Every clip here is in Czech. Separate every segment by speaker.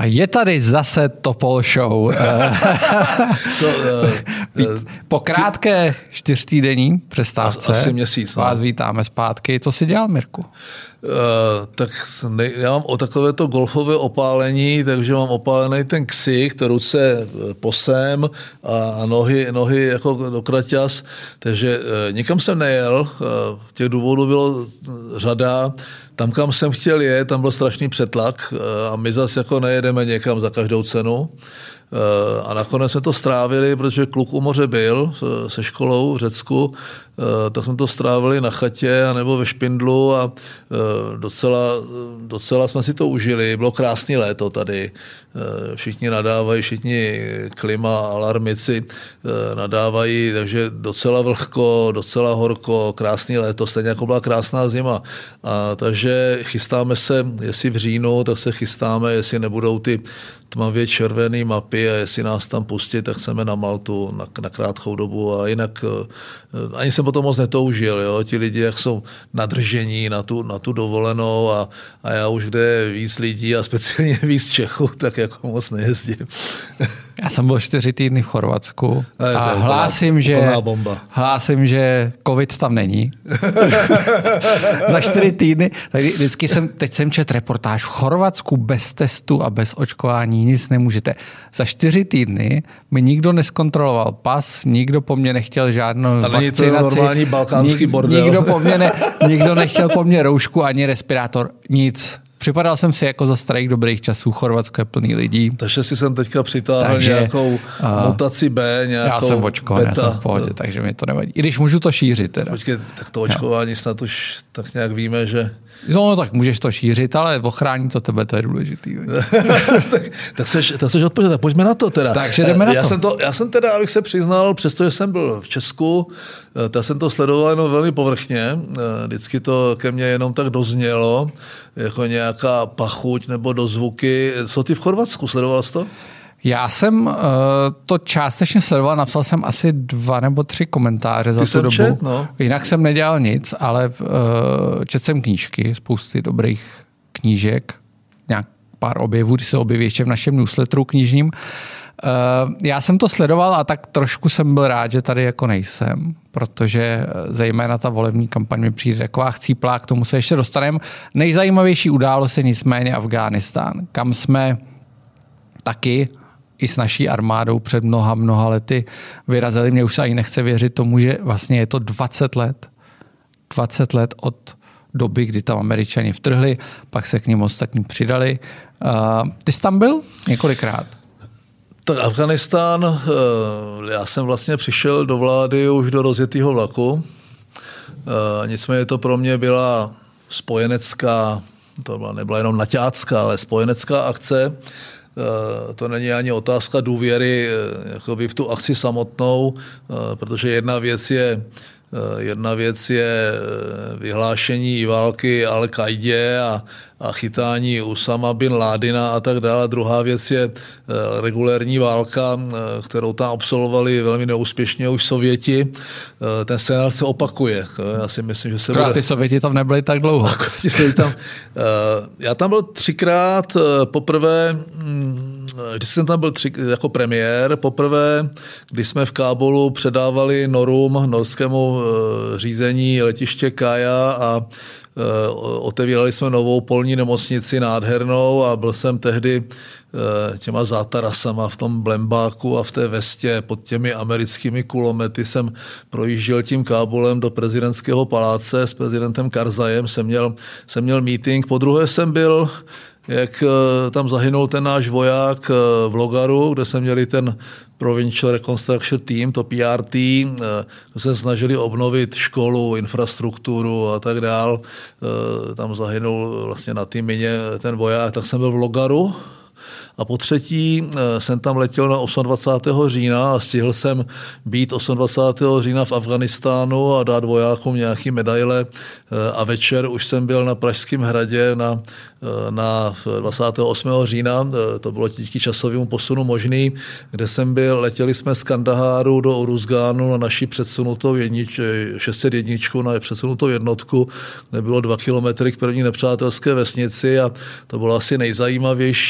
Speaker 1: A je tady zase Topol Show. Po krátké 4týdenní přestávce
Speaker 2: asi měsíc,
Speaker 1: vás vítáme zpátky. Co jsi dělal, Mirku?
Speaker 2: Tak já mám o takovéto golfové opálení, takže mám opálený ten ksicht, ruce posem a nohy jako do kraťas, takže nikam jsem nejel, těch důvodů bylo řada. Tam, kam jsem chtěl jet, tam byl strašný přetlak a my zase jako nejedeme někam za každou cenu. A nakonec jsme to strávili, protože kluk u moře byl se školou v Řecku, tak jsme to strávili na chatě nebo ve Špindlu a docela jsme si to užili. Bylo krásný léto tady. Všichni nadávají, všichni klima, alarmici nadávají, takže docela vlhko, docela horko, krásný léto, stejně jako byla krásná zima. Takže chystáme se, jestli v říjnu, tak se chystáme, jestli nebudou ty tmavě červený mapy a jestli nás tam pustit, tak chceme na Maltu na krátkou dobu a jinak ani jsem potom moc netoužil, jo? Ti lidi, jak jsou nadržení na tu dovolenou a já už kde je víc lidí a speciálně víc Čechů, tak jako moc nejezdím.
Speaker 1: Já jsem byl 4 týdny v Chorvatsku a hlásím, že covid tam není. Za 4 týdny. Teď jsem četl reportáž v Chorvatsku bez testu a bez očkování, nic nemůžete. Za 4 týdny mi nikdo neskontroloval pas, nikdo po mně nechtěl žádnou vakcinaci.
Speaker 2: Ale není to normální balkánský bordel.
Speaker 1: Nikdo nechtěl po mně roušku ani respirátor, nic. Připadal jsem si jako za starých dobrých časů, Chorvatsko je plný lidí.
Speaker 2: Takže si jsem teďka přitáhl nějakou mutaci B, nějakou
Speaker 1: já jsem očkovaný, já jsem v pohodě, takže mi to nevadí. I když můžu to šířit. Teda.
Speaker 2: Počkej, tak to očkování snad už tak nějak víme, že...
Speaker 1: No, tak můžeš to šířit, ale ochrání to tebe, to je důležitý.
Speaker 2: tak seš odpovědět, tak pojďme na to teda.
Speaker 1: Takže jdeme na to.
Speaker 2: Já jsem teda, abych se přiznal, přestože jsem byl v Česku, tak jsem to sledoval jenom velmi povrchně. Vždycky to ke mně jenom tak doznělo, jako nějaká pachuť nebo dozvuky. Co ty v Chorvatsku, sledoval jsi to?
Speaker 1: Já jsem to částečně sledoval, napsal jsem asi 2 nebo 3 komentáře za tu dobu.
Speaker 2: Čet, no.
Speaker 1: Jinak jsem nedělal nic, ale četl jsem knížky, spousty dobrých knížek, nějak pár objevů, když se objeví ještě v našem newsletteru knižním. Já jsem to sledoval a tak trošku jsem byl rád, že tady jako nejsem, protože zejména ta volební kampaň mi přijde taková chcíplá, k tomu se ještě dostaneme. Nejzajímavější událost je nicméně Afghánistán, kam jsme taky i s naší armádou před mnoha lety vyrazili. Mně už se ani nechce věřit tomu, že vlastně je to 20 let. 20 let od doby, kdy tam Američani vtrhli, pak se k ním ostatní přidali. Ty jsi tam byl několikrát?
Speaker 2: Tak Afghánistán, já jsem vlastně přišel do vlády už do rozjetého vlaku. Nicméně to pro mě byla spojenecká, to nebyla jenom naťácká, ale spojenecká akce. To není ani otázka důvěry jakoby v tu akci samotnou, protože jedna věc je vyhlášení války Al-Kaidě a chytání Usama bin Ládina a tak dále. Druhá věc je regulérní válka, kterou tam absolvovali velmi neúspěšně už Sověti. Ten scénář se opakuje. Já si myslím, že se bude...
Speaker 1: Ty Sověti tam nebyli tak dlouho.
Speaker 2: Já tam byl 3krát. Poprvé, když jsem tam byl jako premiér, poprvé, když jsme v Kábulu předávali norskému řízení letiště Kaja a otevírali jsme novou polní nemocnici nádhernou a byl jsem tehdy těma zátarasama v tom blembáku a v té vestě pod těmi americkými kulomety jsem projížděl tím Kábulem do prezidentského paláce s prezidentem Karzajem, jsem měl meeting. Podruhé jsem byl, jak tam zahynul ten náš voják v Logaru, kde jsme měli ten Provincial Reconstruction Team, to PRT, kde se snažili obnovit školu, infrastrukturu a tak dál. Tam zahynul vlastně na té mině ten voják, tak jsem byl v Logaru. A po třetí jsem tam letěl na 28. října a stihl jsem být 28. října v Afghánistánu a dát vojákům nějaký medaile a večer už jsem byl na Pražském hradě na 28. října, to bylo díky časovému posunu možný, kde jsem byl, letěli jsme z Kandaháru do Uruzgánu na naši předsunutou 601, na předsunutou jednotku, kde bylo 2 kilometry k první nepřátelské vesnici a to bylo asi nejzajímavější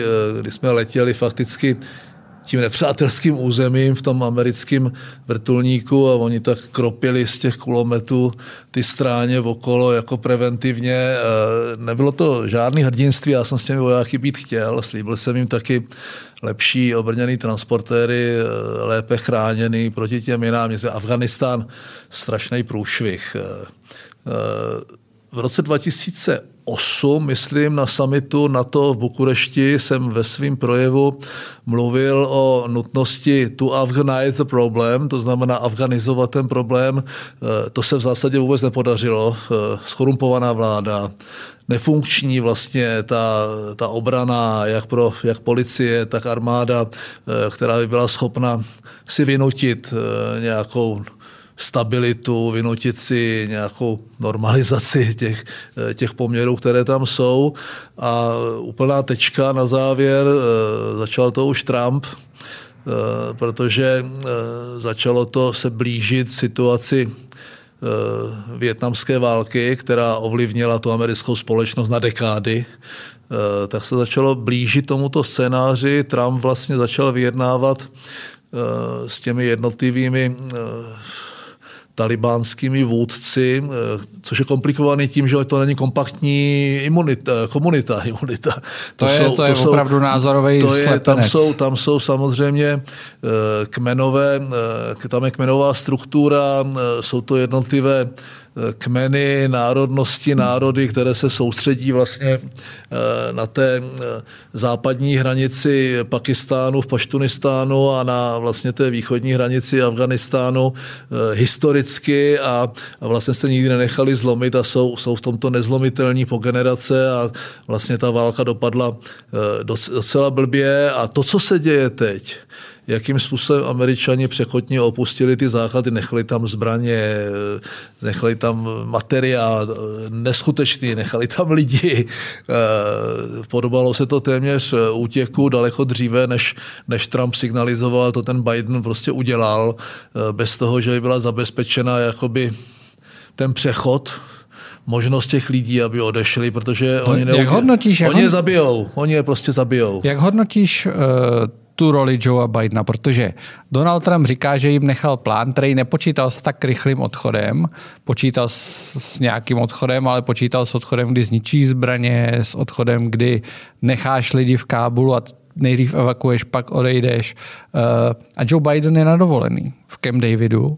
Speaker 2: kdy jsme letěli fakticky tím nepřátelským územím v tom americkém vrtulníku a oni tak kropili z těch kulometů ty stráně okolo jako preventivně. Nebylo to žádný hrdinství, já jsem s těmi vojáky být chtěl, slíbil jsem jim taky lepší obrněný transportéry, lépe chráněný proti těm jinám. Afghánistán strašný průšvih. V roce 2008, myslím, na summitu NATO v Bukurešti jsem ve svém projevu mluvil o nutnosti to Afghanize the problem, to znamená afganizovat ten problém. To se v zásadě vůbec nepodařilo. Skorumpovaná vláda, nefunkční vlastně ta obrana, jak policie, tak armáda, která by byla schopna si vynutit nějakou stabilitu, vynutit si nějakou normalizaci těch poměrů, které tam jsou. A úplná tečka na závěr, začal to už Trump, protože začalo to se blížit situaci vietnamské války, která ovlivnila tu americkou společnost na dekády, tak se začalo blížit tomuto scénáři. Trump vlastně začal vyjednávat s těmi jednotlivými talibánskými vůdci, což je komplikovaný tím, že to není kompaktní komunita.
Speaker 1: To je opravdu názorový slepenec.
Speaker 2: Tam jsou samozřejmě tam je kmenová struktura, jsou to jednotlivé kmeny, národnosti, národy, které se soustředí vlastně na té západní hranici Pakistánu v Paštunistánu a na vlastně té východní hranici Afghánistánu historicky a vlastně se nikdy nenechali zlomit a jsou v tomto nezlomitelní po generace a vlastně ta válka dopadla docela blbě a to, co se děje teď, jakým způsobem Američani překotně opustili ty základy, nechali tam zbraně, nechali tam materiál neskutečný, nechali tam lidi. Podobalo se to téměř útěku daleko dříve, než Trump signalizoval, to ten Biden prostě udělal, bez toho, že by byla zabezpečena jakoby ten přechod, možnost těch lidí, aby odešli, protože oni je zabijou. Oni je prostě zabijou.
Speaker 1: Jak hodnotíš tu roli Joea Bidena, protože Donald Trump říká, že jim nechal plán, který nepočítal s tak rychlým odchodem, počítal s nějakým odchodem, ale počítal s odchodem, kdy zničí zbraně, s odchodem, kdy necháš lidi v Kábulu a nejdřív evakuuješ, pak odejdeš. A Joe Biden je na dovolený v Camp Davidu.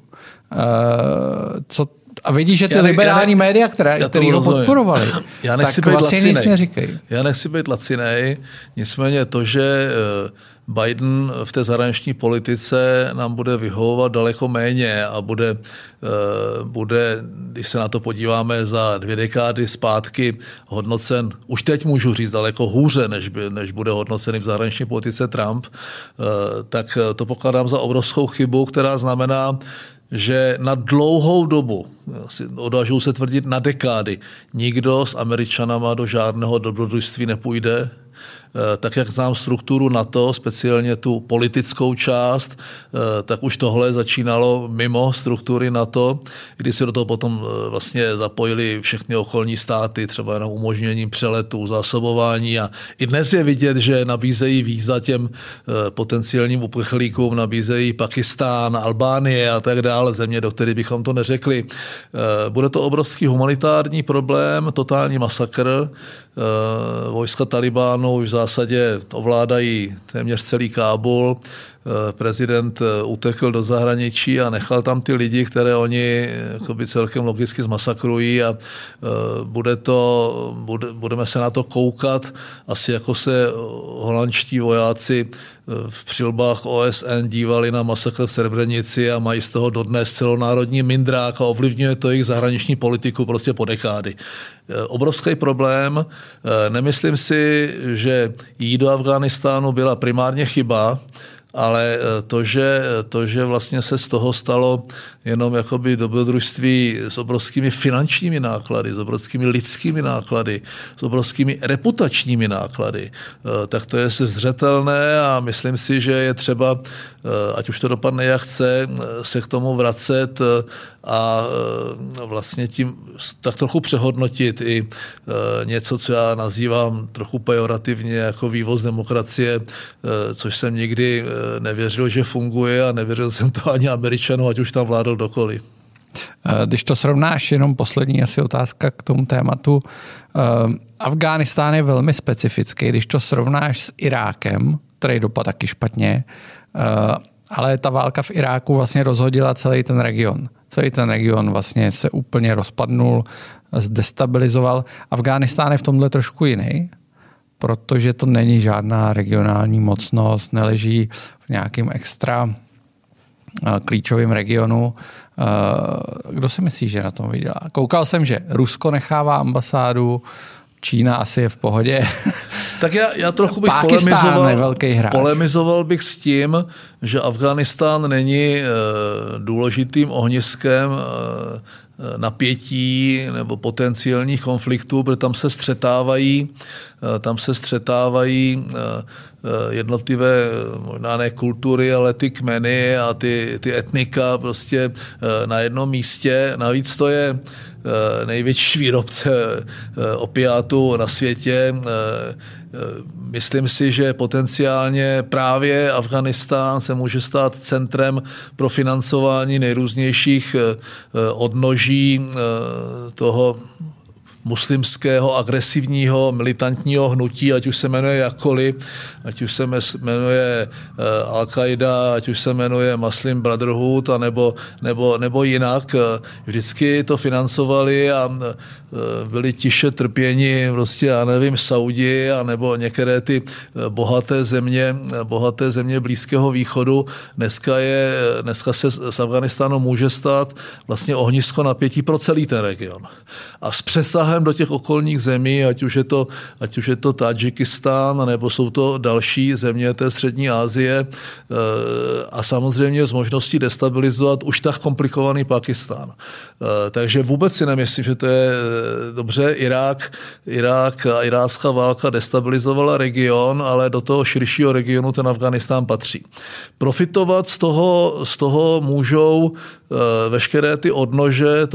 Speaker 1: A vidíš, že ty liberální média, který ho podporovali, tak vlastně nic neříkají.
Speaker 2: Já nechci být lacinej, nicméně to, že Biden v té zahraniční politice nám bude vyhovovat daleko méně a bude, když se na to podíváme za 2 dekády zpátky, hodnocen, už teď můžu říct, daleko hůře, než bude hodnocený v zahraniční politice Trump, tak to pokládám za obrovskou chybu, která znamená, že na dlouhou dobu, odvážuji se tvrdit na dekády, nikdo s Američanama do žádného dobrodružství nepůjde. Tak jak znám strukturu NATO, speciálně tu politickou část, tak už tohle začínalo mimo struktury NATO, kdy se do toho potom vlastně zapojili všechny okolní státy, třeba jenom umožněním přeletů, zásobování a i dnes je vidět, že nabízejí víza těm potenciálním uprchlíkům, nabízejí Pakistán, Albánie a tak dále, země, do kterých bychom to neřekli. Bude to obrovský humanitární problém, totální masakr. Vojska Talibánu už v zásadě ovládají téměř celý Kábul. Prezident utekl do zahraničí a nechal tam ty lidi, které oni celkem logicky zmasakrují a budeme se na to koukat, asi jako se holandští vojáci v přilbách OSN dívali na masakr v Srebrenici a mají z toho dodnes celonárodní mindrák a ovlivňuje to jejich zahraniční politiku prostě po dekády. Obrovský problém. Nemyslím si, že jít do Afghánistánu byla primárně chyba, ale to, že vlastně se z toho stalo jenom jakoby dobrodružství s obrovskými finančními náklady, s obrovskými lidskými náklady, s obrovskými reputačními náklady, tak to je zřetelné a myslím si, že je třeba, ať už to dopadne jak chce, se k tomu vracet a vlastně tím tak trochu přehodnotit i něco, co já nazývám trochu pejorativně jako vývoz demokracie, což jsem nikdy nevěřil, že funguje a nevěřil jsem to ani Američanům, ať už tam vládl kdokoliv.
Speaker 1: Když to srovnáš, jenom poslední asi otázka k tomu tématu. Afghánistán je velmi specifický, když to srovnáš s Irákem, který dopadl taky špatně, ale ta válka v Iráku vlastně rozhodila celý ten region. Celý ten region vlastně se úplně rozpadnul, zdestabilizoval. Afghánistán je v tomhle trošku jiný, protože to není žádná regionální mocnost, neleží v nějakém extra klíčovém regionu. Kdo si myslí, že na tom vydělá? Koukal jsem, že Rusko nechává ambasádu, Čína asi je v pohodě.
Speaker 2: Tak já trochu bych polemizoval bych s tím, že Afghánistán není důležitým ohniskem napětí nebo potenciálních konfliktů, protože tam se střetávají jednotlivé, možná ne kultury, ale ty kmeny a ty etnika prostě na jednom místě. Navíc to je největší výrobce opiátů na světě. Myslím si, že potenciálně právě Afghánistán se může stát centrem pro financování nejrůznějších odnoží toho muslimského, agresivního, militantního hnutí, ať už se jmenuje jakkoliv, ať už se jmenuje Al-Qaida, ať už se jmenuje Muslim Brotherhood, nebo jinak. Vždycky to financovali a byli tiše trpěni prostě, já nevím, Saudi a nebo některé ty bohaté země Blízkého východu. Dneska se z Afghánistánu může stát vlastně ohnisko napětí pro celý ten region. A s přesahem do těch okolních zemí, ať už je to Tadžikistán, nebo jsou to další země té střední Asie a samozřejmě z možností destabilizovat už tak komplikovaný Pakistán. Takže vůbec si nemyslím, že to je dobře. Irák a irácká válka destabilizovala region, ale do toho širšího regionu ten Afghánistán patří. Profitovat z toho můžou veškeré ty odnože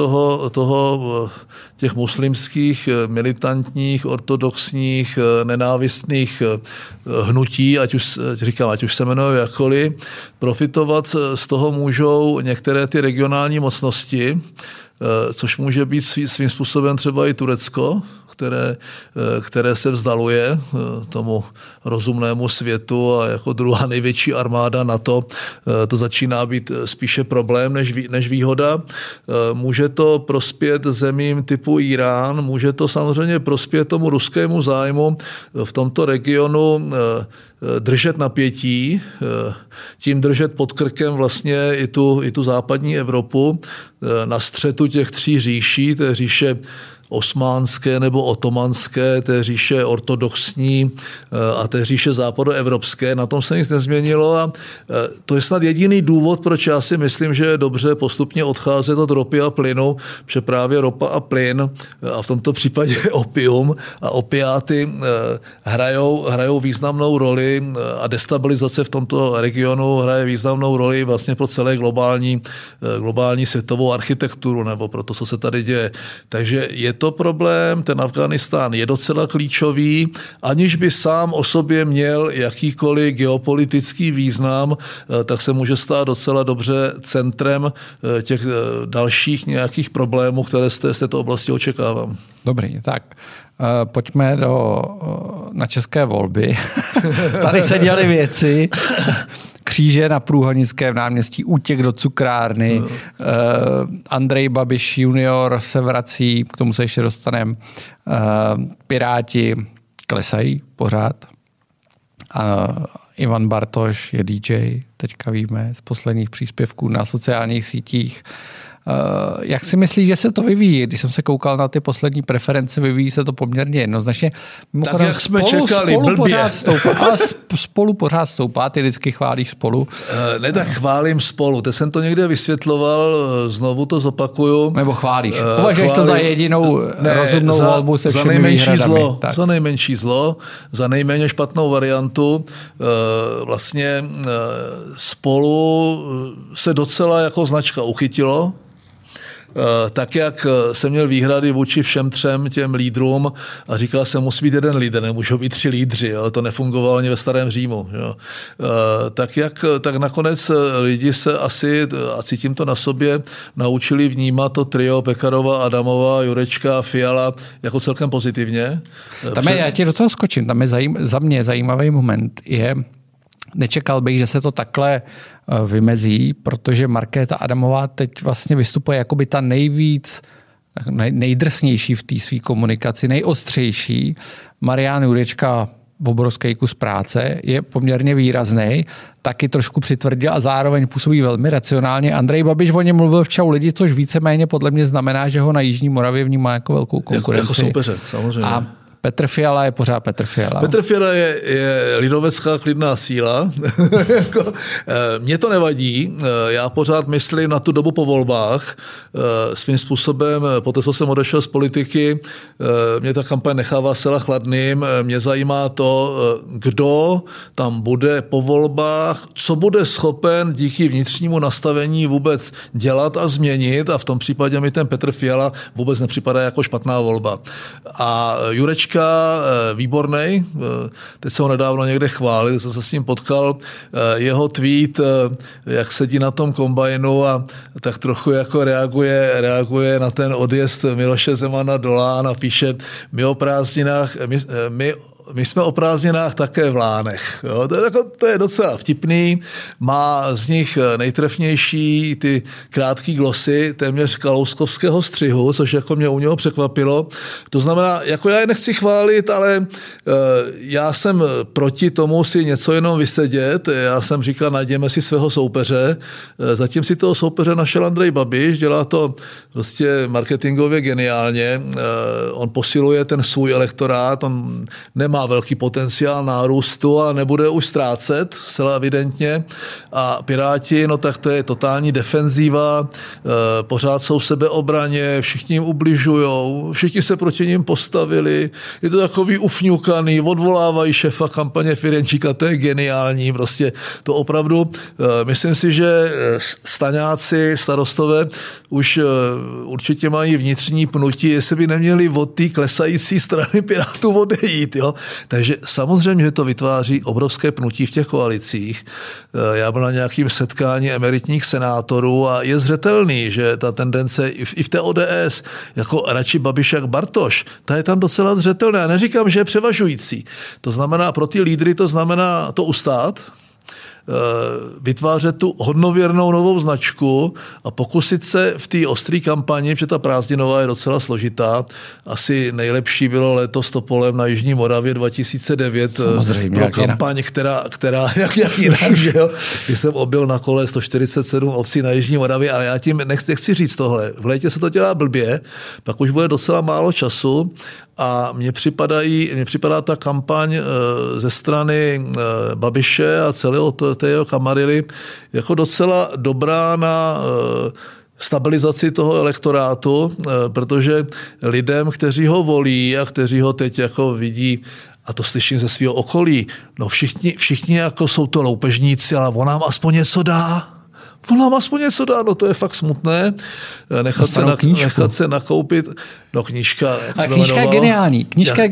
Speaker 2: těch muslimských, militantních, ortodoxních, nenávistných hnutí, ať už se jmenují jakkoliv. Profitovat z toho můžou některé ty regionální mocnosti, což může být svým způsobem třeba i Turecko, které se vzdaluje tomu rozumnému světu a jako druhá největší armáda NATO to začíná být spíše problém než výhoda. Může to prospět zemím typu Irán, může to samozřejmě prospět tomu ruskému zájmu v tomto regionu držet napětí, tím držet pod krkem vlastně i tu západní Evropu na střetu těch tří říší, té říše osmánské nebo otomanské, té říše ortodoxní a té říše západoevropské. Na tom se nic nezměnilo a to je snad jediný důvod, proč já si myslím, že je dobře postupně odcházet od ropy a plynu, protože právě ropa a plyn a v tomto případě opium a opiáty hrajou významnou roli a destabilizace v tomto regionu hraje významnou roli vlastně pro celé globální světovou architekturu nebo pro to, co se tady děje. Takže je to problém, ten Afghánistán je docela klíčový, aniž by sám o sobě měl jakýkoliv geopolitický význam, tak se může stát docela dobře centrem těch dalších nějakých problémů, které z této oblasti očekávám.
Speaker 1: Dobrý, tak pojďme na české volby. Tady se děly věci. Kříže na Průhonickém náměstí, útěk do cukrárny, Andrej Babiš junior se vrací, k tomu se ještě dostaneme, Piráti klesají pořád, Ivan Bartoš je DJ, teďka víme z posledních příspěvků na sociálních sítích. Jak si myslíš, že se to vyvíjí? Když jsem se koukal na ty poslední preference, vyvíjí se to poměrně jednoznačně.
Speaker 2: Tak jak jsme čekali, blbě.
Speaker 1: Spolu pořád stoupá, ty vždycky chválíš Spolu.
Speaker 2: Ne, tak chválím Spolu. Teď jsem to někde vysvětloval, znovu to zopakuju.
Speaker 1: Nebo chválíš. Považuješ to za jedinou rozumnou volbu se všemi výhradami.
Speaker 2: Za nejmenší zlo, za nejméně špatnou variantu. Vlastně Spolu se docela jako značka uchytilo. tak jak jsem měl výhrady vůči všem 3 těm lídrům a říkal jsem, musí být jeden lídr, nemůžou být 3 lídři, jo? To nefungovalo ani ve starém Římu. Jo? Tak nakonec lidi se asi, a cítím to na sobě, naučili vnímat to trio Pekarova, Adamova, Jurečka, Fiala jako celkem pozitivně.
Speaker 1: Já ti do toho skočím, tam je za mě zajímavý moment je, nečekal bych, že se to takhle vymezí, protože Markéta Adamová teď vlastně vystupuje jako by ta nejdrsnější v té své komunikaci, nejostřejší. Marián Jurečka, obrovský kus práce, je poměrně výrazný, taky trošku přitvrdil a zároveň působí velmi racionálně. Andrej Babiš o něm mluvil v Čau lidi, což víceméně podle mě znamená, že ho na Jižní Moravě vnímá jako velkou konkurenci.
Speaker 2: Jako soupeře, samozřejmě.
Speaker 1: A Petr Fiala je pořád Petr Fiala.
Speaker 2: Petr Fiala je lidovecká klidná síla. Mně to nevadí. Já pořád myslím na tu dobu po volbách. Svým způsobem, poté co jsem odešel z politiky, mě ta kampaň nechává zcela chladným. Mě zajímá to, kdo tam bude po volbách, co bude schopen díky vnitřnímu nastavení vůbec dělat a změnit. A v tom případě mi ten Petr Fiala vůbec nepřipadá jako špatná volba. A Jurečka výborný, teď jsem ho nedávno někde chválil, jsem se s ním potkal, jeho tweet, jak sedí na tom kombajnu a tak trochu jako reaguje na ten odjezd Miloše Zemana dolá a napíše, my jsme o prázdninách také v Lánech. Jo? To je docela vtipný, má z nich nejtrefnější ty krátký glosy, téměř kalouskovského střihu, což jako mě u něho překvapilo. To znamená, jako já je nechci chválit, ale já jsem proti tomu si něco jenom vysedět. Já jsem říkal, najděme si svého soupeře. Zatím si toho soupeře našel Andrej Babiš, dělá to prostě marketingově geniálně. On posiluje ten svůj elektorát, on nemá velký potenciál nárůstu a nebude už ztrácet, zcela evidentně. A Piráti, no tak to je totální defenzíva, pořád jsou v sebeobraně, všichni jim ubližujou, všichni se proti nim postavili, je to takový ufňukaný, odvolávají šéfa kampaně Ferjenčíka, to je geniální, prostě to opravdu, myslím si, že staňáci, starostové už určitě mají vnitřní pnutí, jestli by neměli od té klesající strany Pirátů odejít, jo. Takže samozřejmě, že to vytváří obrovské pnutí v těch koalicích. Já byl na nějakém setkání emeritních senátorů a je zřetelný, že ta tendence i v té ODS, jako radši Babiš jak Bartoš, ta je tam docela zřetelná. Já neříkám, že je převažující. To znamená, pro ty lídry to znamená to ustát, vytvářet tu hodnověrnou novou značku a pokusit se v té ostré kampani, protože ta prázdninová je docela složitá. Asi nejlepší bylo letos Topolem na Jižní Moravě 2009
Speaker 1: samozřejmě,
Speaker 2: pro kampaň, která jak jinak, že jo? Když jsem objel na kole 147 obcí na Jižní Moravě, ale já tím nechci říct tohle. V létě se to dělá blbě, pak už bude docela málo času a mně připadá ta kampaň ze strany Babiše a celého jeho kamarily jako docela dobrá na stabilizaci toho elektorátu, protože lidem, kteří ho volí a kteří ho teď jako vidí, a to slyším ze svého okolí, no všichni jako jsou to loupežníci, ale on nám aspoň něco dá. No to je fakt smutné. Nechat se nakoupit. No knížka.
Speaker 1: A knížka je geniální.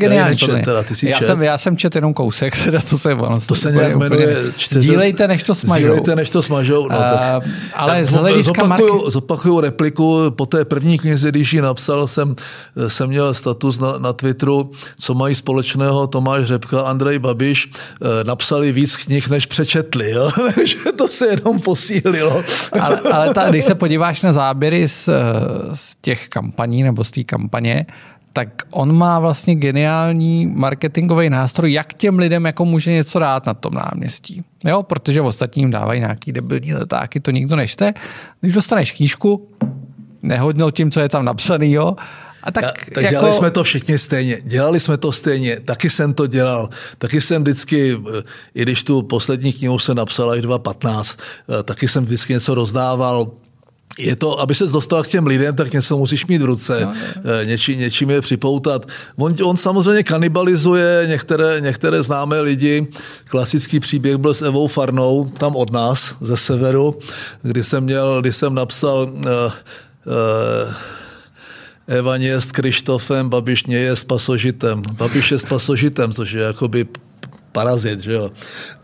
Speaker 1: Já jsem četl jenom kousek.
Speaker 2: To se nějak jmenuje.
Speaker 1: Sdílejte, než to smažou.
Speaker 2: No,
Speaker 1: ale z hlediska
Speaker 2: zopakuju repliku. Po té první knize, když ji napsal, jsem měl status na Twitteru, co mají společného Tomáš Řepka a Andrej Babiš. Napsali víc knih, než přečetli. Jo? Že to se jenom posílilo.
Speaker 1: ale když se podíváš na záběry z těch kampaní nebo z té kampaně, tak on má vlastně geniální marketingový nástroj, jak těm lidem jako může něco dát na tom náměstí. Jo, protože ostatním dávají nějaký debilní letáky, to nikdo nečte. Když dostaneš knížku, nehodnotím, co je tam napsaný, jo, a tak jako...
Speaker 2: dělali jsme to všichni stejně. Taky jsem to dělal. Taky jsem vždycky, i když tu poslední knihu se napsala až 2015, taky jsem vždycky něco rozdával. Je to, aby ses dostal k těm lidem, tak něco musíš mít v ruce, něčím je připoutat. On samozřejmě kanibalizuje některé známé lidi. Klasický příběh byl s Evou Farnou, tam od nás, ze severu, kdy jsem napsal Eva nie je s Krištofem, Babiš nie je s pasožitem. Babiš je s pasožitem, což je jakoby parazit, že jo.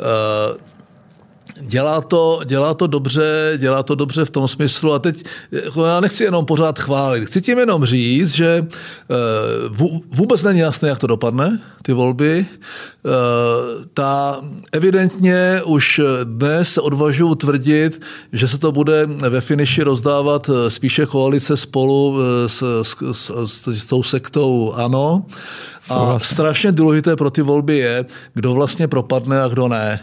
Speaker 2: Dělá to dobře v tom smyslu a teď já nechci jenom pořád chválit. Chci tím jenom říct, že vůbec není jasné, jak to dopadne, ty volby. Evidentně už dnes se odvažuji tvrdit, že se to bude ve finiši rozdávat spíše koalice Spolu s tou sektou ANO. A strašně důležité pro ty volby je, kdo vlastně propadne a kdo ne.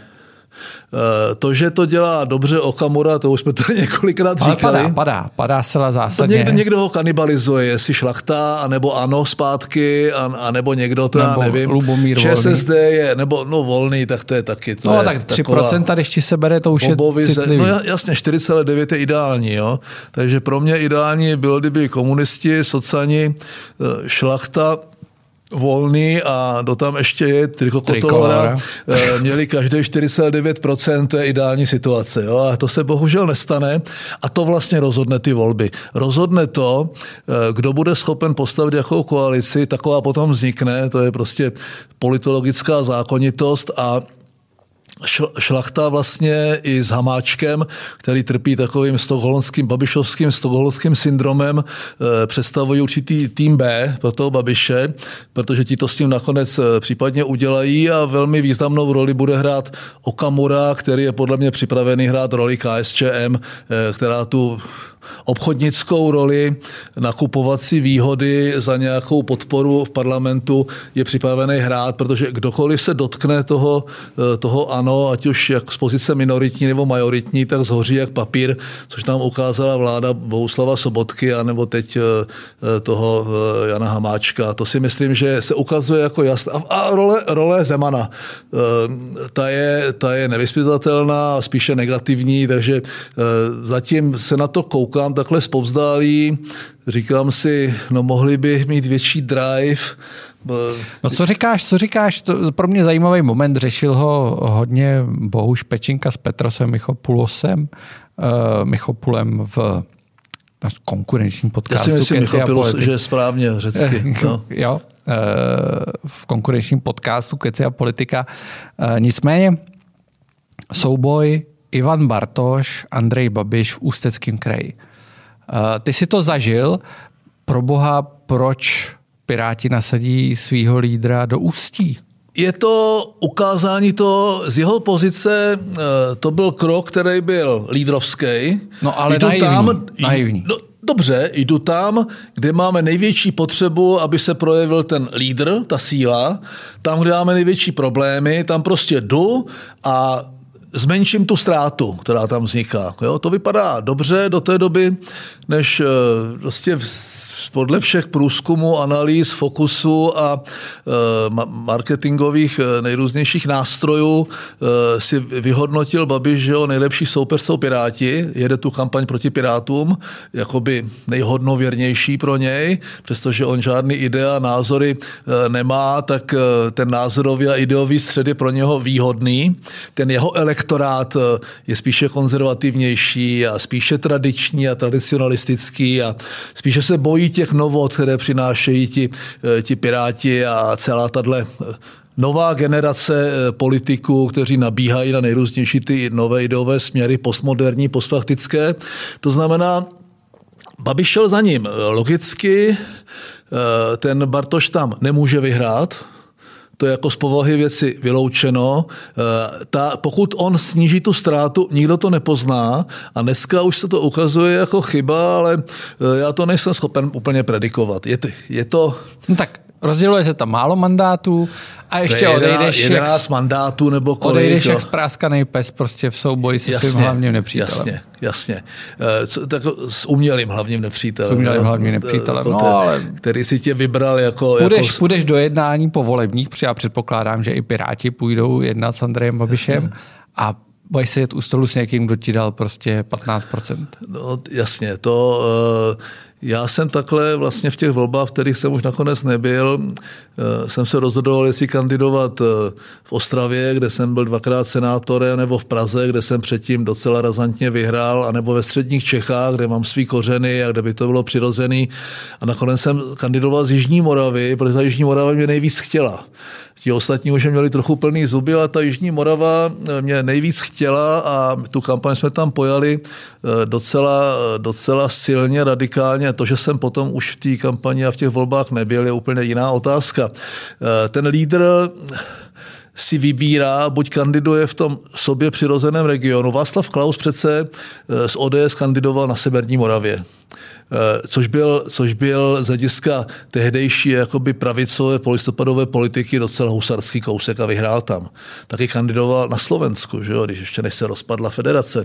Speaker 2: To, že to dělá dobře Okamura, to už jsme tady několikrát říkali.
Speaker 1: Padá zcela zásadně.
Speaker 2: Někdo ho kanibalizuje, jestli Šlachta, anebo ANO zpátky, anebo někdo, to nebo já nevím.
Speaker 1: Lubomír
Speaker 2: ČSSD je, nebo Volný, tak to je taky. To je
Speaker 1: tak 3%, když ti se bere, to už je citlivý.
Speaker 2: No jasně, 4,9 je ideální. Jo? Takže pro mě ideální bylo, kdyby komunisti, socani, Šlachta, Volný a tam ještě je Trikolora, měli každý 4,9%, to je ideální situace. Jo? A to se bohužel nestane a to vlastně rozhodne ty volby. Rozhodne to, kdo bude schopen postavit jakou koalici, taková potom vznikne, to je prostě politologická zákonitost a Šlachta vlastně i s Hamáčkem, který trpí takovým babišovským stockholmským syndromem, představují určitý tým B pro toho Babiše, protože ti to s tím nakonec případně udělají a velmi významnou roli bude hrát Okamura, který je podle mě připravený hrát roli KSČM, která tu obchodnickou roli, nakupovací výhody za nějakou podporu v parlamentu je připravený hrát, protože kdokoliv se dotkne toho ANO, ať už jak z pozice minoritní nebo majoritní, tak zhoří jak papír, což nám ukázala vláda Bohuslava Sobotky anebo teď toho Jana Hamáčka. To si myslím, že se ukazuje jako jasná. A role Zemana, ta je nevyzpytatelná, spíše negativní, takže zatím se na to koukám takhle zpovzdálí, říkám si, no mohli by mít větší drive.
Speaker 1: No co říkáš, to pro mě zajímavý moment, řešil ho hodně Bohuš Pečinka s Petrosem Michopulem v konkurenčním podcastu.
Speaker 2: Já si myslím, Michopoulos, že je správně řecky. No.
Speaker 1: Jo, v konkurenčním podcastu Keci a politika. Nicméně souboj Ivan Bartoš, Andrej Babiš v Ústeckém kraji. Ty si to zažil, proboha, proč Piráti nasadí svýho lídra do Ústí?
Speaker 2: Je to ukázání to z jeho pozice, to byl krok, který byl lídrovský.
Speaker 1: No ale naivní.
Speaker 2: Dobře, jdu tam, kde máme největší potřebu, aby se projevil ten lídr, ta síla. Tam, kde máme největší problémy, tam prostě jdu a zmenším tu ztrátu, která tam vzniká. Jo, to vypadá dobře do té doby, než vlastně podle všech průzkumů, analýz, fokusu a marketingových nejrůznějších nástrojů si vyhodnotil Babiš, že nejlepší soupeř jsou Piráti, jede tu kampaň proti Pirátům, jakoby nejhodnověrnější pro něj, přestože on žádný idea, názory nemá, tak ten názorový a ideový střed je pro něho výhodný. Ten jeho elektorát je spíše konzervativnější a spíše tradiční a tradicionalistický a spíše se bojí těch novot, které přinášejí ti Piráti a celá tahle nová generace politiků, kteří nabíhají na nejrůznější ty nové ideové směry, postmoderní, postfaktické. To znamená, Babiš šel za ním. Logicky ten Bartoš tam nemůže vyhrát, to je jako z povahy věci vyloučeno. Pokud on sníží tu ztrátu, nikdo to nepozná a dneska už se to ukazuje jako chyba, ale já to nejsem schopen úplně predikovat. Je to...
Speaker 1: No tak rozděluje se tam málo mandátů a ještě odejdeš
Speaker 2: 11 mandátů nebo kolik.
Speaker 1: Odejdeš jak spráskanej pes prostě v souboji se svým hlavním nepřítelem.
Speaker 2: Jasně. S umělým hlavním nepřítelem. Který si tě vybral jako...
Speaker 1: Půjdeš do jednání povolebních, protože já předpokládám, že i Piráti půjdou jednat s Andrejem Babišem a budeš sedět u stolu s někým, kdo ti dal prostě 15%.
Speaker 2: No jasně, to... Já jsem takhle vlastně v těch volbách, v kterých jsem už nakonec nebyl, jsem se rozhodoval, jestli kandidovat v Ostravě, kde jsem byl 2krát senátorem, nebo v Praze, kde jsem předtím docela razantně vyhrál, anebo ve středních Čechách, kde mám svý kořeny a kde by to bylo přirozený. A nakonec jsem kandidoval z Jižní Moravy, protože ta Jižní Morava mě nejvíc chtěla. Ti ostatní už měli trochu plný zuby, ale ta Jižní Morava mě nejvíc chtěla a tu kampaň jsme tam pojali docela silně, radikálně. To, že jsem potom už v té kampani a v těch volbách nebyl, je úplně jiná otázka. Ten lídr si vybírá, buď kandiduje v tom sobě přirozeném regionu. Václav Klaus přece z ODS kandidoval na Severní Moravě. Což byl z hlediska tehdejší jakoby pravicové polistopadové politiky docela husarský kousek a vyhrál tam. Taky kandidoval na Slovensku, že jo, když ještě než se rozpadla federace.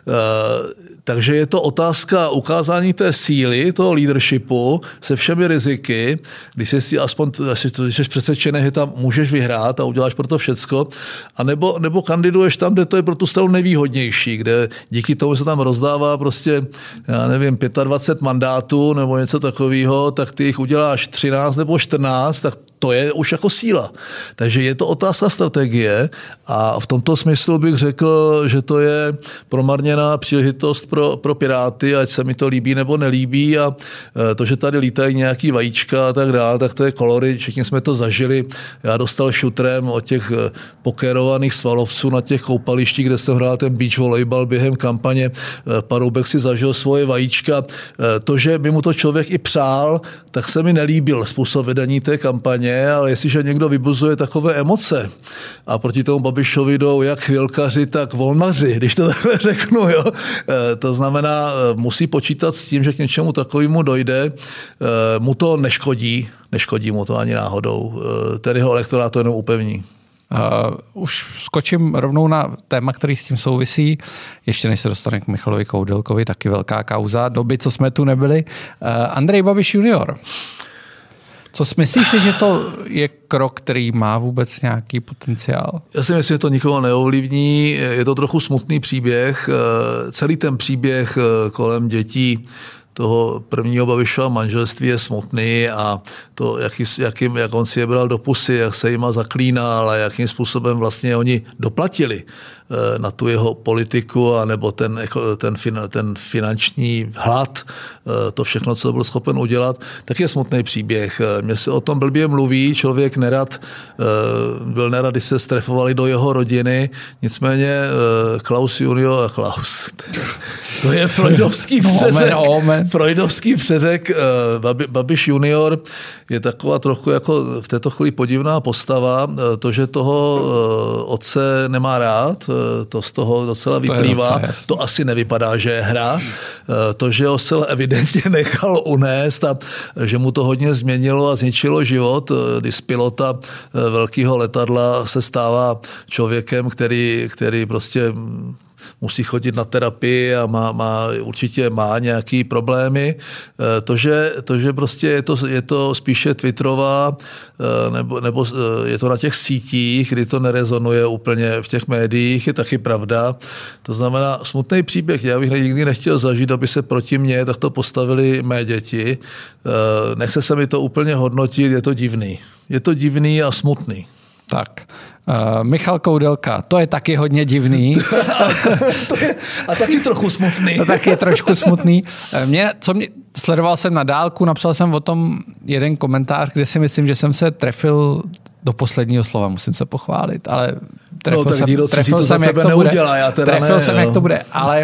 Speaker 2: Takže je to otázka ukázání té síly, toho leadershipu se všemi riziky, když jsi aspoň když jsi přesvědčený, že tam můžeš vyhrát a uděláš pro to všecko, a nebo kandiduješ tam, kde to je pro tu stranu nevýhodnější, kde díky tomu se tam rozdává prostě, já nevím, 25 mandátů nebo něco takového, tak ty jich uděláš 13 nebo 14, tak to je už jako síla. Takže je to otázka strategie a v tomto smyslu bych řekl, že to je promarněná příležitost pro Piráty, ať se mi to líbí nebo nelíbí, a to, že tady lítají nějaký vajíčka a tak dále, tak to je kolory, všichni jsme to zažili. Já dostal šutrem od těch pokerovaných svalovců na těch koupalištích, kde jsem hrál ten beach volejbal během kampaně. Paroubek si zažil svoje vajíčka. To, že by mu to člověk i přál, tak se mi nelíbil způsob vedení té kampaně, ale jestliže někdo vybuzuje takové emoce a proti tomu Babišovi jdou jak chvilkaři, tak volnaři, když to takhle řeknu, jo. To znamená, musí počítat s tím, že k něčemu takovému dojde, mu to neškodí mu to ani náhodou, tedy jeho elektorát to jenom upevní.
Speaker 1: Už skočím rovnou na téma, který s tím souvisí. Ještě než se dostane k Michalovi Koudelkovi, taky velká kauza doby, co jsme tu nebyli. Andrej Babiš junior. Co myslíš si, že to je krok, který má vůbec nějaký potenciál?
Speaker 2: Já si myslím, že to nikoho neovlivní. Je to trochu smutný příběh. Celý ten příběh kolem dětí toho prvního Babišova manželství je smutný a to, jak on si je bral do pusy, jak se jima zaklínal a jakým způsobem vlastně oni doplatili na tu jeho politiku a nebo ten finanční hlad, to všechno, co byl schopen udělat, tak je smutný příběh. Mně se o tom blbě mluví, člověk byl nerad, když se strefovali do jeho rodiny, nicméně Klaus junior, to je freudovský přeřek. Freudovský přeřek. Babiš junior je taková trochu jako v této chvíli podivná postava. To, že toho otce nemá rád, to z toho docela vyplývá. To asi nevypadá, že je hra. To, že ho se evidentně nechal unést a že mu to hodně změnilo a zničilo život, kdy z pilota velkého letadla se stává člověkem, který prostě musí chodit na terapii a určitě má nějaký problémy. To, že prostě je to spíše twitterová, nebo je to na těch sítích, kdy to nerezonuje úplně v těch médiích, je taky pravda. To znamená smutný příběh. Já bych nikdy nechtěl zažít, aby se proti mně takto postavili mé děti. Nechce se mi to úplně hodnotit, je to divný. Je to divný a smutný.
Speaker 1: Tak, Michal Koudelka, to je taky hodně divný.
Speaker 2: A taky trochu smutný.
Speaker 1: To taky je trošku smutný. Sledoval jsem na dálku, napsal jsem o tom jeden komentář, kde si myslím, že jsem se trefil do posledního slova, musím se pochválit, ale trefil jsem, jak to bude. Trefil jsem, jak to bude, ale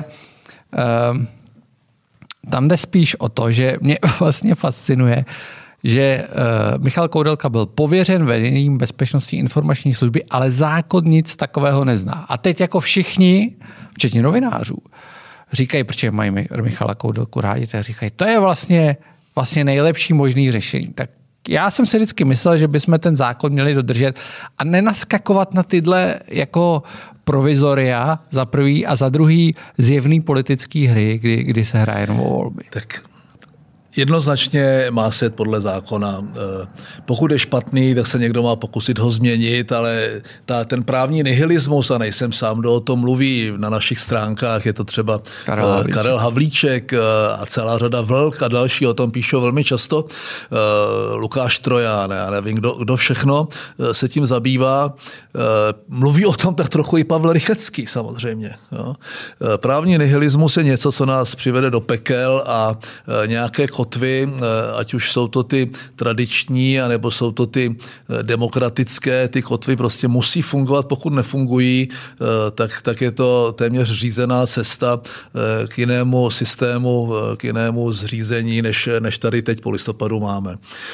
Speaker 1: tam jde spíš o to, že mě vlastně fascinuje, že Michal Koudelka byl pověřen vedením Bezpečnostní informační služby, ale zákon nic takového nezná. A teď jako všichni, včetně novinářů, říkají, protože mají Michala Koudelku rádi, tak říkají, to je vlastně nejlepší možný řešení. Tak já jsem si vždycky myslel, že bychom ten zákon měli dodržet a nenaskakovat na tyhle jako provizoria za prvý a za druhý zjevný politický hry, kdy se hraje jenom o volby.
Speaker 2: Tak Jednoznačně má se jet podle zákona. Pokud je špatný, tak se někdo má pokusit ho změnit, ale ten právní nihilismus, a nejsem sám, kdo o tom mluví na našich stránkách, je to třeba Karel Havlíček a celá řada Vlk a další o tom píšou velmi často, Lukáš Trojan, já nevím, kdo všechno se tím zabývá. Mluví o tom tak trochu i Pavel Rychecký samozřejmě. Jo. Právní nihilismus je něco, co nás přivede do pekel a nějaké kotvy, ať už jsou to ty tradiční, anebo jsou to ty demokratické, ty kotvy prostě musí fungovat, pokud nefungují, tak je to téměř řízená cesta k jinému systému, k jinému zřízení, než tady teď po listopadu máme.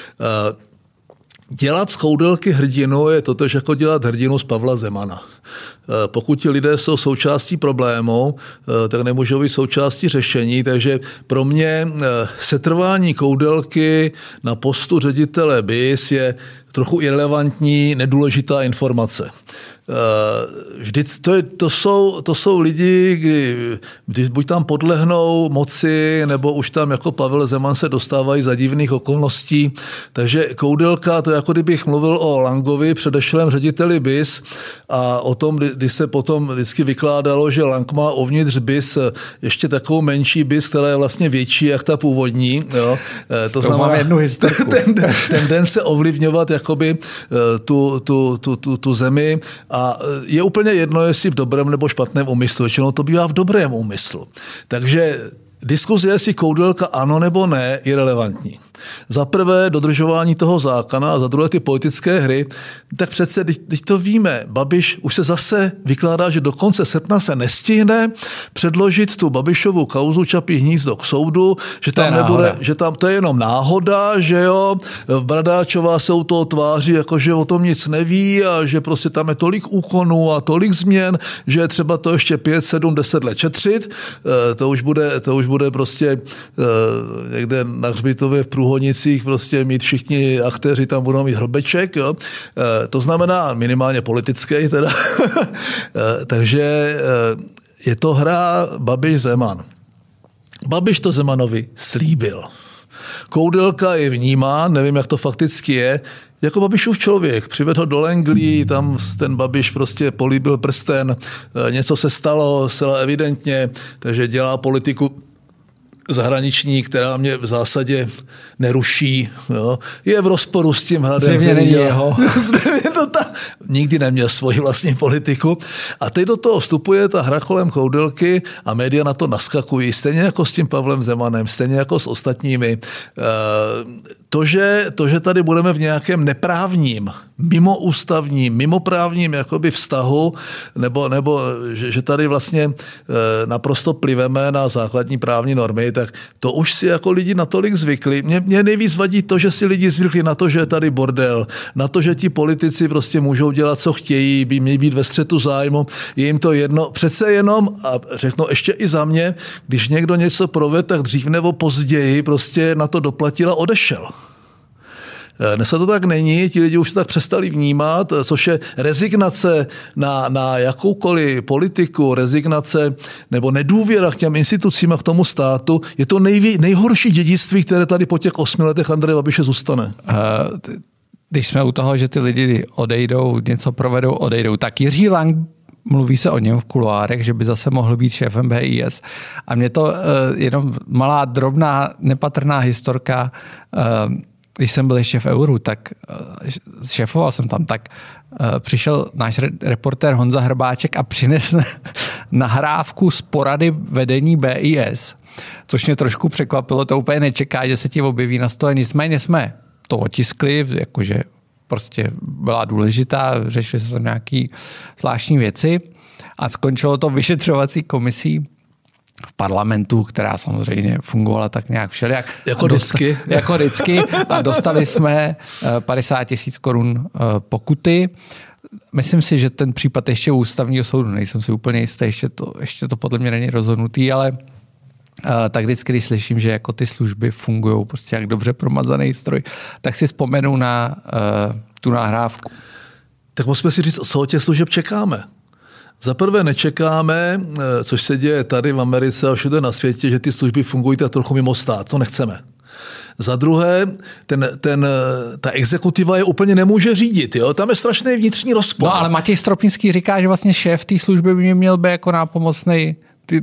Speaker 2: Dělat z Koudelky hrdinu je totéž jako dělat hrdinu z Pavla Zemana. Pokud ti lidé jsou součástí problému, tak nemůžou být součástí řešení, takže pro mě setrvání Koudelky na postu ředitele BIS je trochu irelevantní, nedůležitá informace. Vždyť to jsou lidi, kdy buď tam podlehnou moci, nebo už tam jako Pavel Zeman se dostávají za divných okolností. Takže Koudelka, to jako kdybych mluvil o Langovi, předešlém řediteli BIS, a o tom, kdy se potom vždycky vykládalo, že Lang má uvnitř BIS ještě takovou menší BIS, která je vlastně větší, jak ta původní. Jo. To znamená,
Speaker 1: jednu historku.
Speaker 2: Ten den se ovlivňovat jakoby tu zemi. A je úplně jedno, jestli v dobrém nebo špatném úmyslu. Většinou to bývá v dobrém úmyslu. Takže diskuze, jestli Koudelka ano nebo ne, je relevantní. Za prvé dodržování toho zákona a za druhé ty politické hry, tak přece, když to víme, Babiš už se zase vykládá, že do konce srpna se nestihne předložit tu Babišovu kauzu Čapí hnízdo k soudu, že tam nebude, že tam to je jenom náhoda, že jo, Bradáčová se u toho tváří, jako že o tom nic neví a že prostě tam je tolik úkonů a tolik změn, že je třeba to ještě 5, 7, 10 let šetřit. To už bude prostě někde na hřbitově v Průhonicích prostě mít všichni aktéři, tam budou mít hrobeček, jo. To znamená minimálně politické teda. Takže je to hra Babiš-Zeman. Babiš to Zemanovi slíbil. Koudelka je vnímán, nevím, jak to fakticky je, jako Babišův člověk. Přivedl ho do Langley, tam ten Babiš prostě políbil prsten, něco se stalo zcela evidentně, takže dělá politiku zahraniční, která mě v zásadě neruší. Jo. Je v rozporu s tím hladem.
Speaker 1: Zřejmě není jeho.
Speaker 2: Nikdy neměl svoji vlastní politiku. A teď do toho vstupuje ta hra kolem Koudelky a média na to naskakují. Stejně jako s tím Pavlem Zemanem, stejně jako s ostatními. To, že tady budeme v nějakém neprávním, mimoústavním, mimoprávním jakoby vztahu, nebo že tady vlastně naprosto pliveme na základní právní normy, tak to už si jako lidi natolik zvykli. Mě nejvíc vadí to, že si lidi zvykli na to, že je tady bordel, na to, že ti politici prostě můžou dělat, co chtějí, by měli být ve střetu zájmu, je jim to jedno. Přece jenom, a řeknu ještě i za mě, když někdo něco provedl, tak dřív nebo později prostě na to doplatil a odešel. Dnes to tak není, ti lidi už to tak přestali vnímat, což je rezignace na jakoukoliv politiku, rezignace nebo nedůvěra k těm institucím a k tomu státu, je to nejhorší dědictví, které tady po těch 8 letech Andreje Babiše zůstane.
Speaker 1: Když jsme u toho, že ty lidi odejdou, něco provedou, odejdou, tak Jiří Lang, mluví se o něm v kuloárech, že by zase mohl být šéfem BIS. A mě to jenom malá, drobná, nepatrná historka, když jsem byl ještě v Euru, tak šéfoval jsem tam, tak přišel náš reportér Honza Hrbáček a přinesl nahrávku z porady vedení BIS, což mě trošku překvapilo, to úplně nečeká, že se ti objeví na stole, nicméně jsme to otiskli, jakože prostě byla důležitá, řešili se tam nějaké zvláštní věci a skončilo to vyšetřovací komisí v parlamentu, která samozřejmě fungovala tak nějak všelijak.
Speaker 2: Jako vždycky.
Speaker 1: Jako vždycky. A dostali jsme 50 000 korun pokuty. Myslím si, že ten případ ještě u ústavního soudu, nejsem si úplně jistý, ještě to podle mě není rozhodnutý, ale tak vždycky, když slyším, že jako ty služby fungují prostě jak dobře promazaný stroj, tak si vzpomenu na tu nahrávku.
Speaker 2: Tak musíme si říct, co od těch služeb čekáme. Za prvé nečekáme, což se děje tady v Americe a všude na světě, že ty služby fungují tak trochu mimo stát. To nechceme. Za druhé, ta exekutiva je úplně nemůže řídit. Jo? Tam je strašný vnitřní rozpor.
Speaker 1: No ale Matěj Stropnický říká, že vlastně šéf té služby by měl být jako nápomocnej.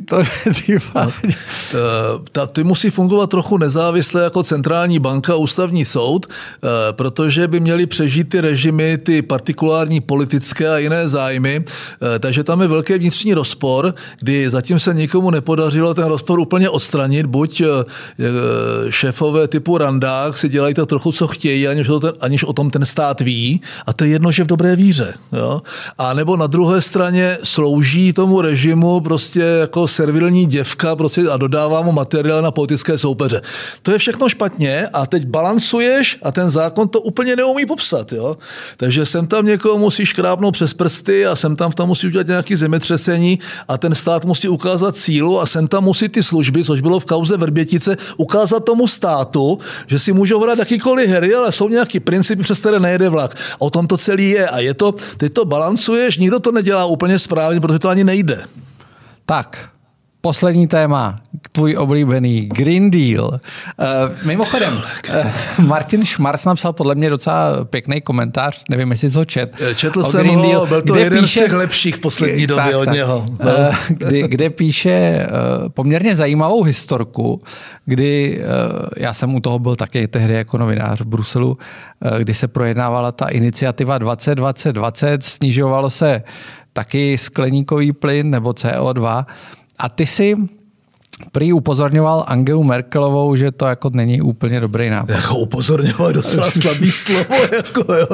Speaker 2: Ty musí fungovat trochu nezávisle jako centrální banka a ústavní soud, protože by měly přežít ty režimy, ty partikulární politické a jiné zájmy. Takže tam je velký vnitřní rozpor, kdy zatím se nikomu nepodařilo ten rozpor úplně odstranit. Buď šéfové typu Randák si dělají tak trochu, co chtějí, aniž o tom ten stát ví. A to je jedno, že v dobré víře. Jo? A nebo na druhé straně slouží tomu režimu prostě jako servilní děvka prostě a dodává mu materiál na politické soupeře. To je všechno špatně a teď balancuješ a ten zákon to úplně neumí popsat. Jo? Takže sem tam někoho musí škrábnout přes prsty a sem tam musí udělat nějaké zemětřesení a ten stát musí ukázat sílu a sem tam musí ty služby, což bylo v kauze Vrbětice, ukázat tomu státu, že si můžou hrát jakýkoliv hry, ale jsou nějaký principy, přes které nejede vlak. A o tom to celý je. A je to, ty to balancuješ, nikdo to nedělá úplně správně, protože to ani nejde.
Speaker 1: Tak, poslední téma, tvůj oblíbený Green Deal. Mimochodem, Martin Šmarc napsal podle mě docela pěkný komentář, nevím, jestli jsi ho
Speaker 2: četl jsem Green ho, Deal, byl to jeden z těch lepších v poslední době od něho. No.
Speaker 1: Kde píše poměrně zajímavou historku, kdy já jsem u toho byl taky tehdy jako novinář v Bruselu, kdy se projednávala ta iniciativa 2020, snižovalo se taky skleníkový plyn nebo CO2 a ty si prý upozorňoval Angelu Merkelovou, že to jako není úplně dobrý nápad.
Speaker 2: Jako upozorňoval docela slabý slovo. Jako, jo.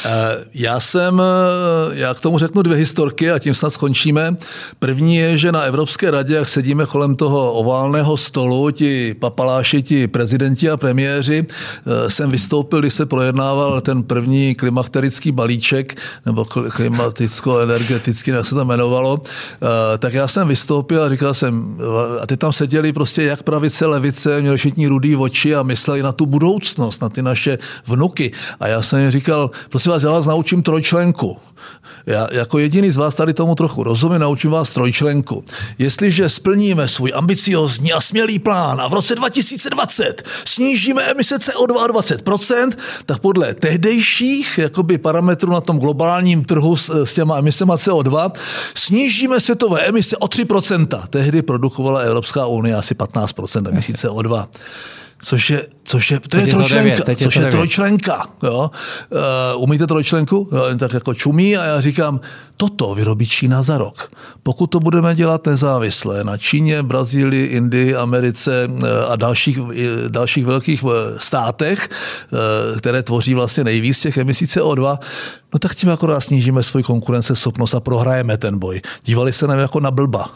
Speaker 2: Já k tomu řeknu 2 historky a tím snad skončíme. První je, že na Evropské radě, jak sedíme kolem toho oválného stolu, ti papaláši, ti prezidenti a premiéři, jsem vystoupil, když se projednával ten první klimakterický balíček, nebo klimaticko-energetický, jak se to jmenovalo, tak já jsem vystoupil a říkal jsem, a ty tam seděli prostě jak pravice, levice, měli všichni rudý oči a mysleli na tu budoucnost, na ty naše vnuky. A já jsem jim říkal, prosím vás, já vás naučím trojčlenku. Já jako jediný z vás tady tomu trochu rozumím, naučím vás trojčlenku. Jestliže splníme svůj ambiciózní a smělý plán a v roce 2020 snížíme emise CO2 o 20%, tak podle tehdejších jakoby parametrů na tom globálním trhu s těma emisema CO2 snížíme světové emise o 3%. Tehdy produkovala Evropská unie asi 15% emisí CO2. Což je trojčlenka. Jo? Umíte trojčlenku? Jo, tak jako čumí a já říkám, toto vyrobí Čína za rok. Pokud to budeme dělat nezávisle na Číně, Brazílii, Indii, Americe a dalších velkých státech, které tvoří vlastně nejvíc těch emisí CO2, no tak tím akorát snížíme svou konkurenceschopnost a prohrajeme ten boj. Dívali se nám jako na blba.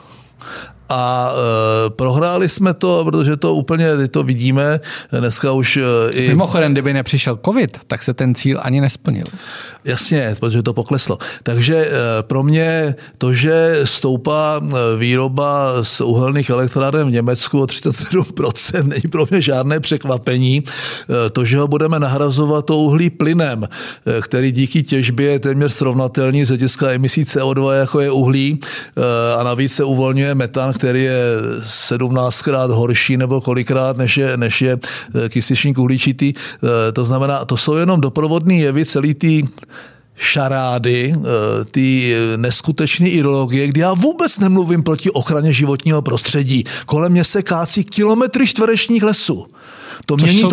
Speaker 2: A prohráli jsme to, protože to úplně to vidíme dneska už i...
Speaker 1: Mimochodem, kdyby nepřišel covid, tak se ten cíl ani nesplnil.
Speaker 2: Jasně, protože to pokleslo. Takže pro mě to, že stoupá výroba z uhelných elektráren v Německu o 37%, není pro mě žádné překvapení. To, že ho budeme nahrazovat to uhlí plynem, který díky těžbě je téměř srovnatelný z hlediska emisí CO2, jako je uhlí, a navíc se uvolňuje metan, který je 17krát horší nebo kolikrát, než je kysličník uhličitý. To znamená, to jsou jenom doprovodné jevy celý ty šarády, ty neskutečné ideologie, kdy já vůbec nemluvím proti ochraně životního prostředí. Kolem mě se kácí kilometry čtverečních lesů. To mění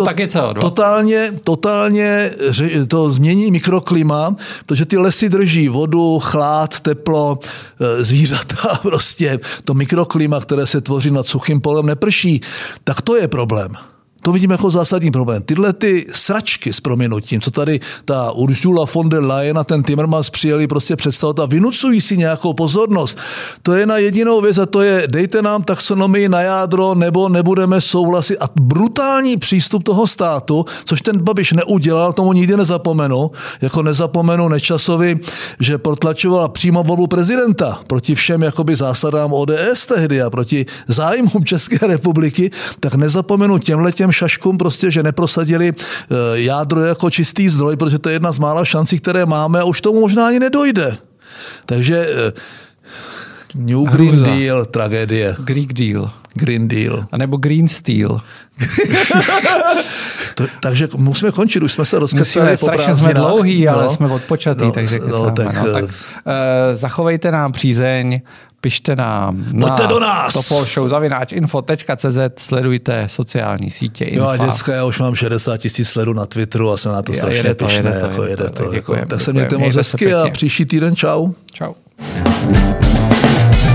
Speaker 2: totálně to změní mikroklima, protože ty lesy drží vodu, chlad, teplo, zvířata, prostě to mikroklima, které se tvoří nad suchým polem, neprší. Tak to je problém. To vidíme jako zásadní problém. Tyhle ty sračky s prominutím, co tady ta Ursula von der Leyen a ten Timmermans přijeli prostě představit a vynucují si nějakou pozornost. To je na jedinou věc a to je dejte nám taxonomii na jádro nebo nebudeme souhlasit. A brutální přístup toho státu, což ten Babiš neudělal, tomu nikdy nezapomenu, jako nezapomenu Nečasovi, že protlačovala přímo volbu prezidenta proti všem jakoby zásadám ODS tehdy a proti zájmům České republiky, tak nezapomenu těmhletěm šaškům prostě, že neprosadili jádro jako čistý zdroj, protože to je jedna z mála šancí, které máme a už tomu možná ani nedojde. Takže New Green Deal, tragédie.
Speaker 1: Greek Deal.
Speaker 2: Green Deal.
Speaker 1: A nebo Green Steel.
Speaker 2: Takže musíme končit, už jsme se rozkecali po prázdninách.
Speaker 1: Strašně jsme dlouhý, ale jsme odpočatý, takže tak zachovejte nám přízeň, pište nám
Speaker 2: Pojďte do nás.
Speaker 1: topolshow@info.cz, sledujte sociální sítě Infa.
Speaker 2: Jo, dneska já už mám 60 000 sledů na Twitteru a jsem na to strašně pyšný. Tak se mějte moc hezky a příští týden čau.
Speaker 1: Čau.